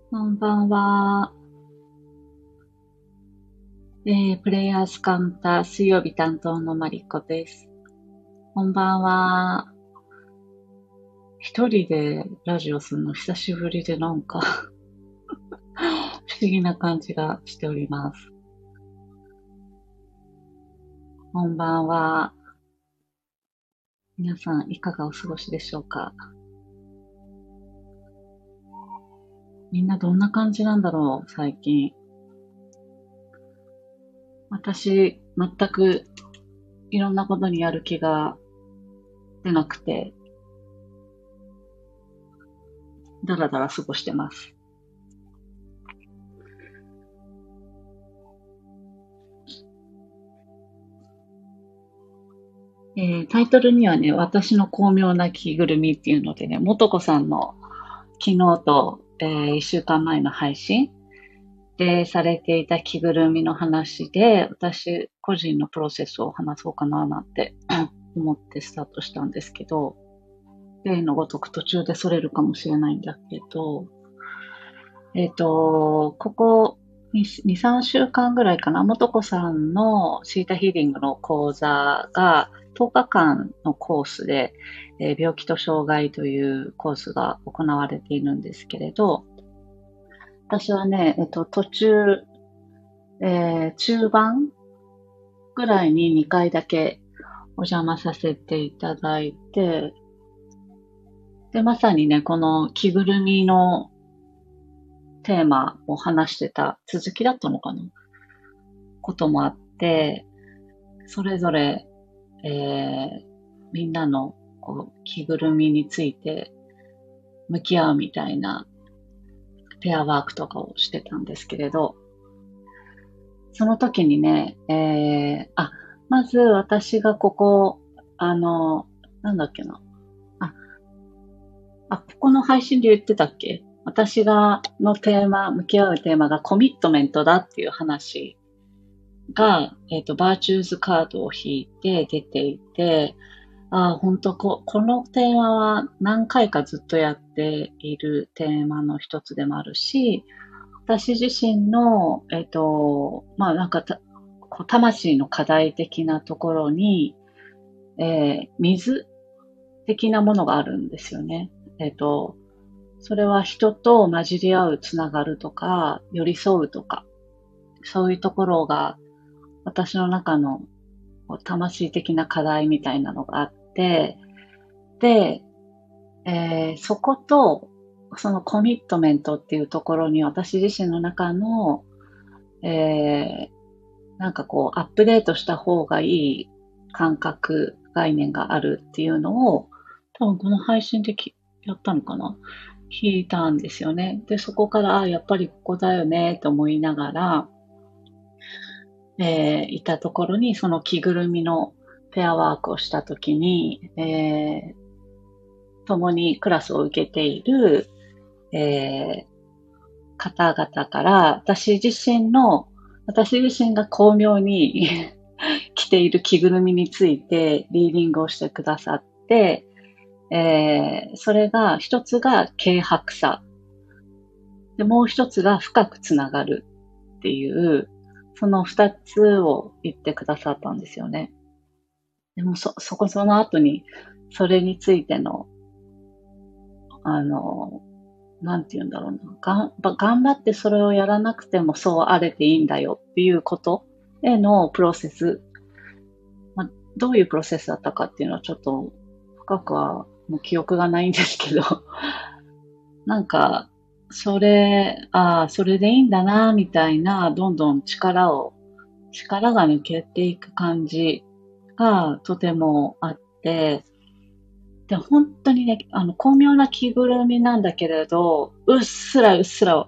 こんばんは。プレイヤースカウンター水曜日担当のマリコです。こんばんは。一人でラジオするの久しぶりでなんか不思議な感じがしております。こんばんは。皆さんいかがお過ごしでしょうか？みんなどんな感じなんだろう最近。私、全くいろんなことにやる気が出なくて、だらだら過ごしてます。タイトルにはね、私の巧妙な着ぐるみっていうのでね、もとこさんの昨日と、1週間前の配信でされていた着ぐるみの話で、私個人のプロセスを話そうかななんて思ってスタートしたんですけど、例のごとく途中でそれるかもしれないんだけど、ここ2、3週間ぐらいかな、もとこさんのシータヒーリングの講座が10日間のコースで、病気と障害というコースが行われているんですけれど、私はね、途中、中盤ぐらいに2回だけお邪魔させていただいて、で、まさにね、この着ぐるみのテーマを話してた続きだったのかなこともあって、それぞれ、みんなのこう着ぐるみについて向き合うみたいなペアワークとかをしてたんですけれど、その時にね、まず私がここ、なんだっけな。あ、ここの配信で言ってたっけ？私がのテーマ、向き合うテーマがコミットメントだっていう話が、バーチューズカードを引いて出ていて、本当このテーマは何回かずっとやっているテーマの一つでもあるし、私自身の、なんかこう魂の課題的なところに、水的なものがあるんですよね。それは人と混じり合う、つながるとか、寄り添うとか、そういうところが私の中の魂的な課題みたいなのがあって、で、そこと、そのコミットメントっていうところに私自身の中の、えなんかこうアップデートした方がいい感覚、概念があるっていうのを、多分この配信でやったのかな聞いたんですよね。で、そこから、やっぱりここだよね、と思いながら、いたところに、その着ぐるみのペアワークをしたときに、共にクラスを受けている、え方々から、私自身が巧妙に着ている着ぐるみについてリーディングをしてくださって、それが、一つが軽薄さ。で、もう一つが深くつながるっていう、その二つを言ってくださったんですよね。でもその後に、それについての、あの、なんて言うんだろうな。頑張ってそれをやらなくてもそうあれていいんだよっていうことへのプロセス。まあ、どういうプロセスだったかっていうのはちょっと深くはもう記憶がないんですけど、なんか、それでいいんだな、みたいな、どんどん力が抜けていく感じがとてもあって、で、本当にね、巧妙な着ぐるみなんだけれど、うっすら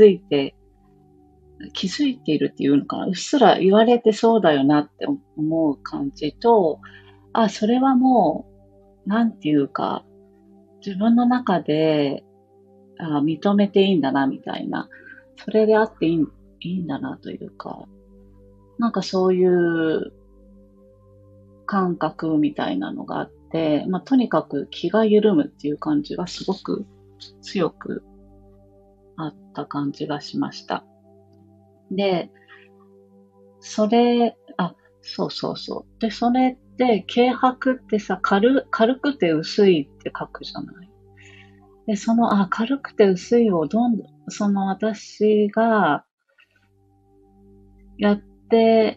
気づいているっていうのかな、うっすら言われてそうだよなって思う感じと、それはもう、なんていうか、自分の中で、認めていいんだな、みたいな。それであっていいんだな、というか、なんかそういう感覚みたいなのがあって、とにかく気が緩むっていう感じがすごく強くあった感じがしました。で、それ、そうそうそう。で、それって、軽薄ってさ、軽くて薄いって書くじゃない。で、軽くて薄いを私がやって、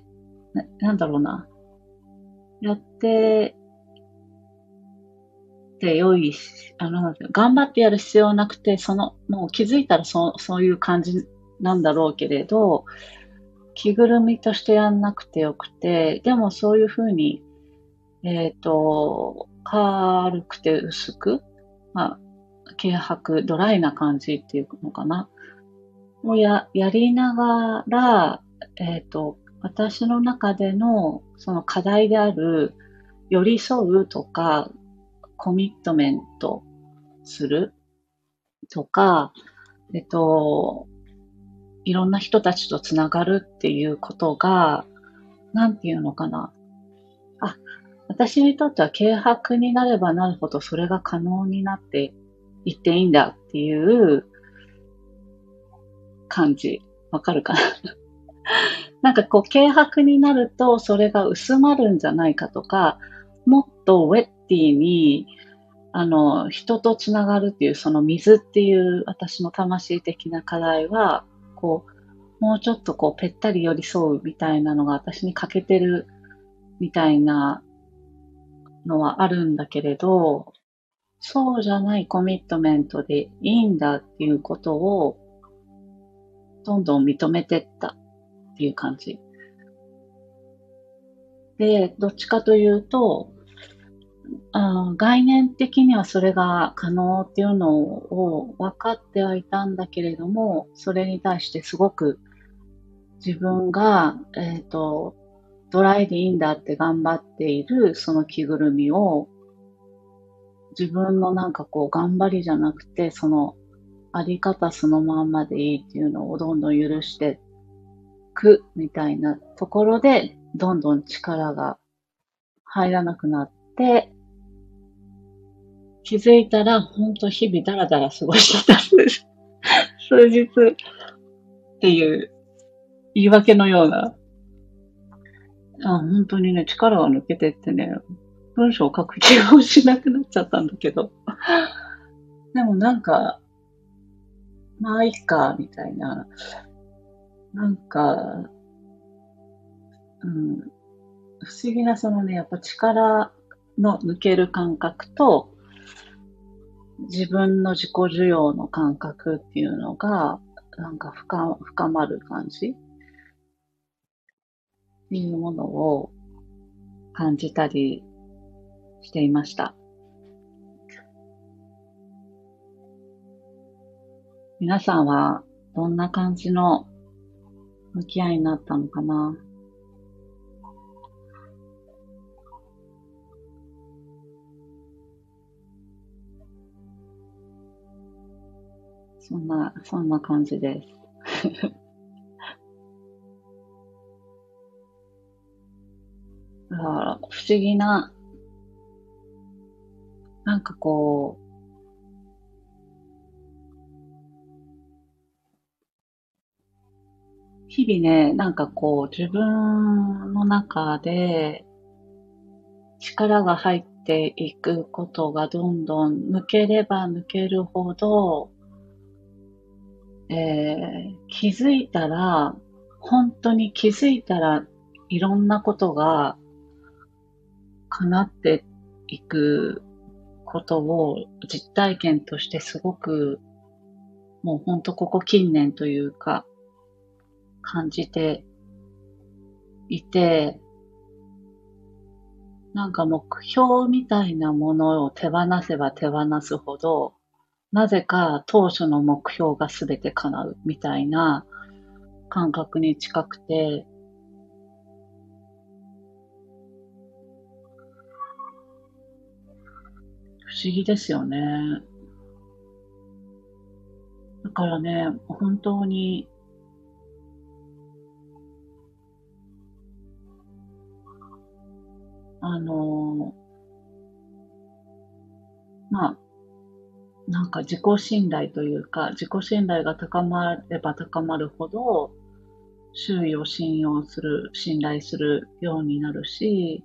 なんだろうな。やってて良いし、頑張ってやる必要なくて、もう気づいたらそういう感じなんだろうけれど、着ぐるみとしてやんなくてよくて、でもそういうふうに、軽くて薄く、まあ、軽薄、ドライな感じっていうのかな。やりながら、私の中でのその課題である寄り添うとか、コミットメントするとか、えっと、いろんな人たちとつながるっていうことが、なんていうのかな。あ、私にとっては軽薄になればなるほどそれが可能になっていっていいんだっていう感じ。わかるかな。なんかこう、軽薄になるとそれが薄まるんじゃないかとか、もっとウェッティに、人とつながるっていう、その水っていう私の魂的な課題は、こもうちょっとこう、ぺったり寄り添うみたいなのが私に欠けてるみたいなのはあるんだけれど、そうじゃないコミットメントでいいんだっていうことを、どんどん認めてったっていう感じ。で、どっちかというと、概念的にはそれが可能っていうのを分かってはいたんだけれども、それに対してすごく自分が、ドライでいいんだって頑張っているその着ぐるみを自分のなんかこう頑張りじゃなくて、そのあり方そのまんまでいいっていうのをどんどん許してくみたいなところで、どんどん力が入らなくなって、気づいたら本当日々ダラダラ過ごしてた数日っていう言い訳のような、本当にね、力が抜けてってね、文章を書く気がしなくなっちゃったんだけど。でもなんか、まあいいか、みたいな。なんか、うん、不思議なそのね、やっぱ力の抜ける感覚と、自分の自己需要の感覚っていうのが、なんか深まる感じっていうものを感じたりしていました。皆さんはどんな感じの向き合いになったのかな。そんな感じです。だから不思議な、なんかこう、日々ね、なんかこう自分の中で力が入っていくことがどんどん抜ければ抜けるほど、気づいたら、本当に気づいたらいろんなことが叶っていくことを実体験としてすごくもう本当ここ近年というか感じていて、なんか目標みたいなものを手放せば手放すほど、なぜか当初の目標が全て叶うみたいな感覚に近くて、不思議ですよね。だからね、本当に、あの、まあ、 なんか自己信頼というか、自己信頼が高まれば高まるほど、周囲を信用する、信頼するようになるし、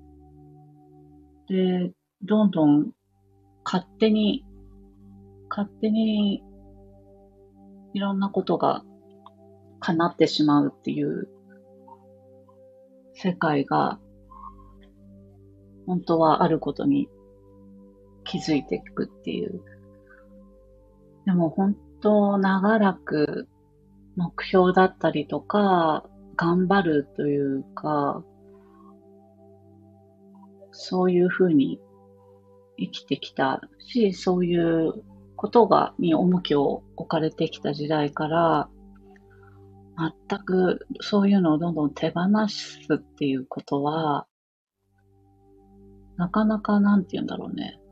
で、どんどん勝手に、勝手にいろんなことが叶ってしまうっていう世界が本当はあることに気づいていくっていう。でも本当長らく目標だったりとか、頑張るというか、そういうふうに生きてきたし、そういうことに重きを置かれてきた時代から、全くそういうのをどんどん手放すっていうことは、なかなかなんて言うんだろうね。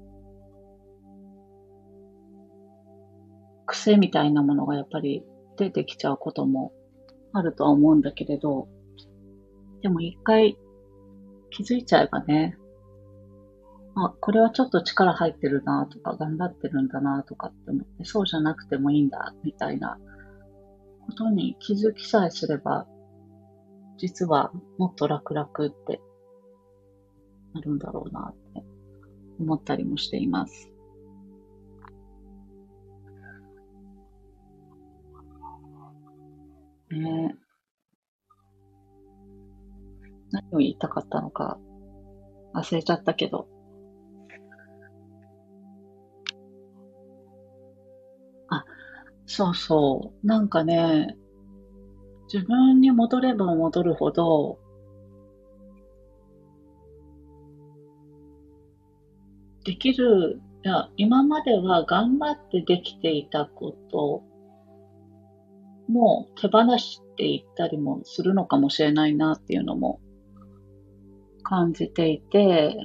癖みたいなものがやっぱり出てきちゃうこともあるとは思うんだけれど、でも一回気づいちゃえばね、あ、これはちょっと力入ってるなとか、頑張ってるんだなとかって思って、そうじゃなくてもいいんだ、みたいなことに気づきさえすれば、実はもっと楽々ってなるんだろうなって思ったりもしています。ねえ、何を言いたかったのか忘れちゃったけど。あ、そうそう。なんかね、自分に戻れば戻るほど、できる、いや、今までは頑張ってできていたことも手放していったりもするのかもしれないなっていうのも感じていて、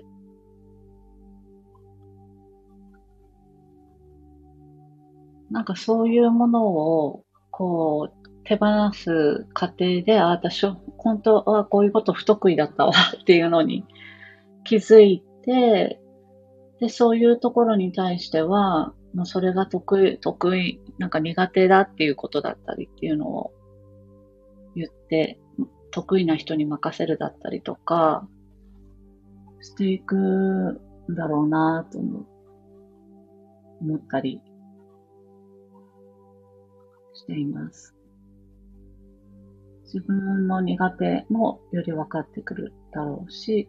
なんかそういうものを、こう、手放す過程で、あ、私、本当はこういうこと不得意だったわっていうのに気づいて、で、そういうところに対しては、もうそれが得意、なんか苦手だっていうことだったりっていうのを言って、得意な人に任せるだったりとか、していくんだろうなと思ったりしています。自分の苦手もより分かってくるだろうし、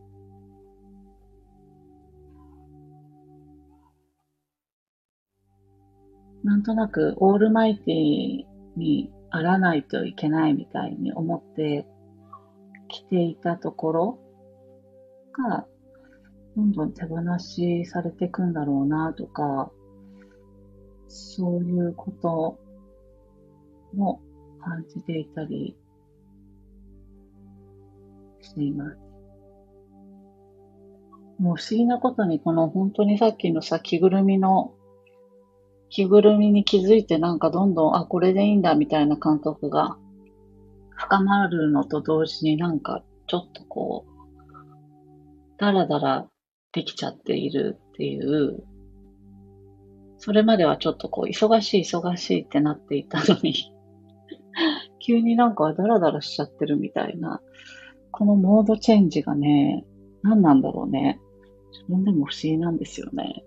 なんとなくオールマイティにあらないといけないみたいに思ってきていたところが、どんどん手放しされていくんだろうなとか、そういうことも感じていたりしています。もう不思議なことに、この本当にさっきのさ、着ぐるみに気づいてなんかどんどん、あ、これでいいんだみたいな感覚が深まるのと同時になんかちょっとこう、だらだらできちゃっているっていう、それまではちょっとこう、忙しいってなっていたのに、急になんかダラダラしちゃってるみたいな、このモードチェンジがね、何なんだろうね。自分でも不思議なんですよね。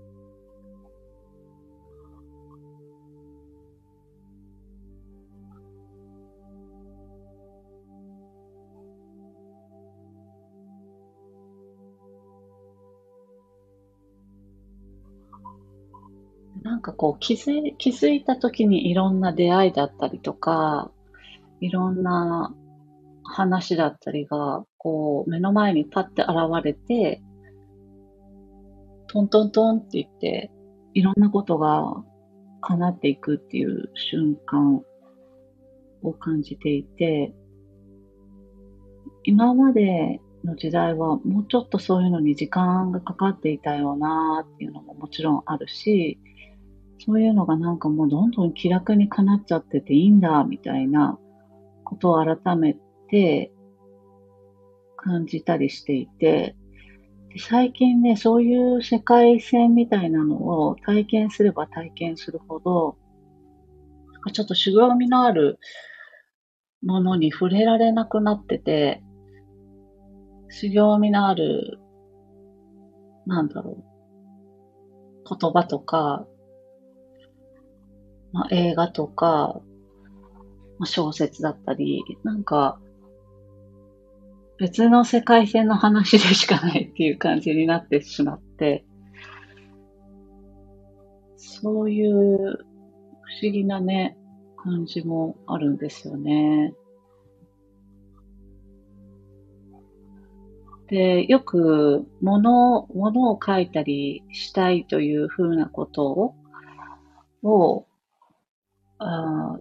なんかこう気づいた時にいろんな出会いだったりとか、いろんな話だったりが、こう目の前にパッて現れて、トントントンって言って、いろんなことが叶っていくっていう瞬間を感じていて、今までの時代はもうちょっとそういうのに時間がかかっていたよなっていうのももちろんあるし、そういうのがなんかもうどんどん気楽に叶っちゃってていいんだみたいなことを改めて感じたりしていて、 最近ね、そういう世界線みたいなのを体験すれば体験するほど、ちょっと修行味のあるものに触れられなくなってて、修行味のある、なんだろう、言葉とか、映画とか、小説だったり、なんか別の世界線の話でしかないっていう感じになってしまって、そういう不思議なね、感じもあるんですよね。で、よく物を書いたりしたいというふうなことを、あ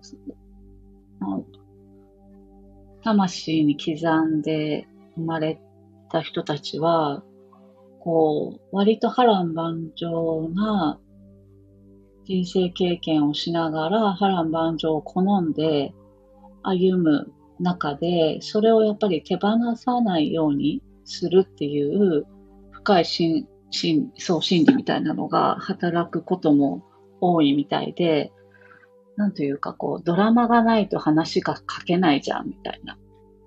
魂に刻んで生まれた人たちは、割と波乱万丈な人生経験をしながら波乱万丈を好んで歩む中で、それをやっぱり手放さないようにするっていう深いそう心理みたいなのが働くことも多いみたいで、なんというかドラマがないと話が書けないじゃんみたいな。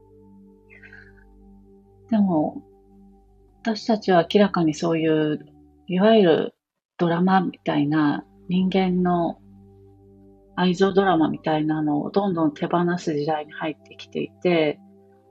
でも、私たちは明らかにそういう、いわゆるドラマみたいな人間の愛情ドラマみたいなのをどんどん手放す時代に入ってきていて、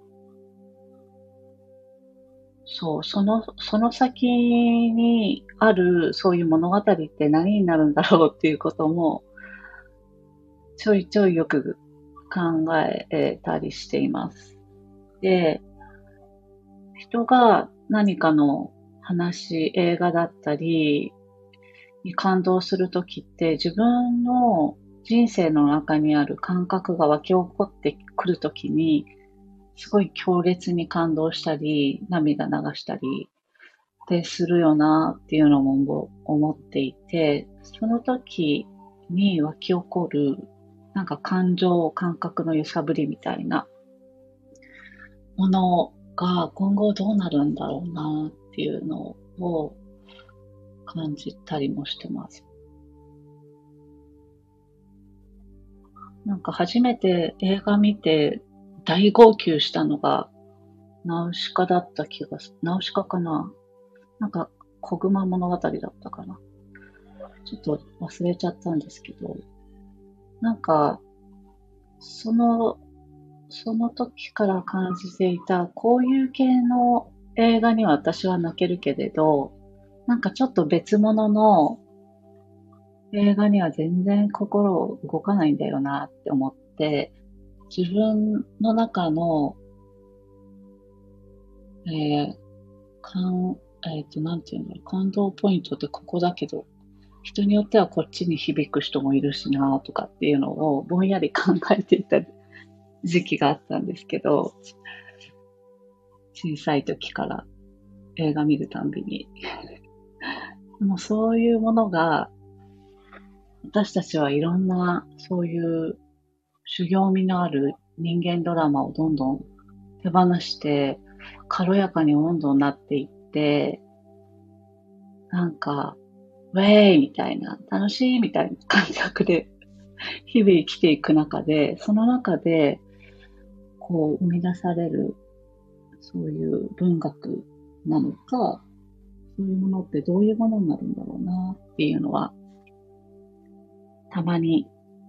そう、その先にあるそういう物語って何になるんだろうっていうこともちょいちょいよく考えたりしています。で、人が何かの話、映画だったりに感動するときって自分の人生の中にある感覚が湧き起こってくるときにすごい強烈に感動したり、涙流したりするよなっていうのも思っていて、その時に湧き起こるなんか感情、感覚の揺さぶりみたいなものが今後どうなるんだろうなっていうのを感じたりもしてます。なんか初めて映画見て大号泣したのがナウシカだった気がする。ナウシカかな、なんか小熊物語だったかな。ちょっと忘れちゃったんですけど、なんか、その、その時から感じていた、こういう系の映画には私は泣けるけれど、なんかちょっと別物の映画には全然心動かないんだよなって思って、自分の中の、えー、感、なんていうの、感動ポイントってここだけど、人によってはこっちに響く人もいるしなとかっていうのをぼんやり考えていた時期があったんですけど、小さい時から映画見るたんびに。でもそういうものが、私たちはいろんなそういう修行味のある人間ドラマをどんどん手放して、軽やかに温度になっていって、なんか、ウェーイみたいな、楽しいみたいな感覚で日々生きていく中で、その中で、生み出される、そういう文学なのか、そういうものってどういうものになるんだろうなっていうのは、たまに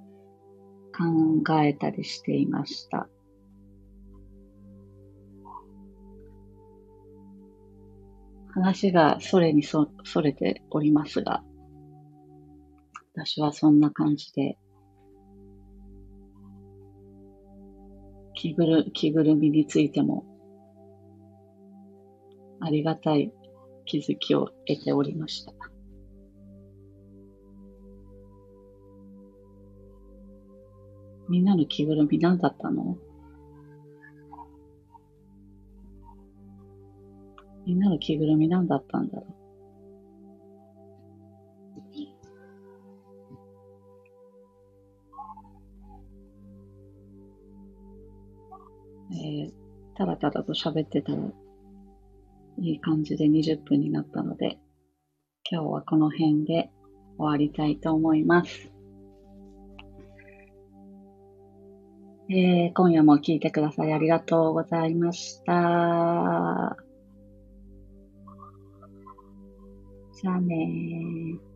考えたりしていました。話がそれておりますが、私はそんな感じで、着ぐるみについてもありがたい気づきを得ておりました。みんなの着ぐるみ何だったの？みんなの着ぐるみ何だったんだろう。ただただと喋ってたらいい感じで20分になったので、今日はこの辺で終わりたいと思います。今夜も聞いてくださりありがとうございました。じゃあねー。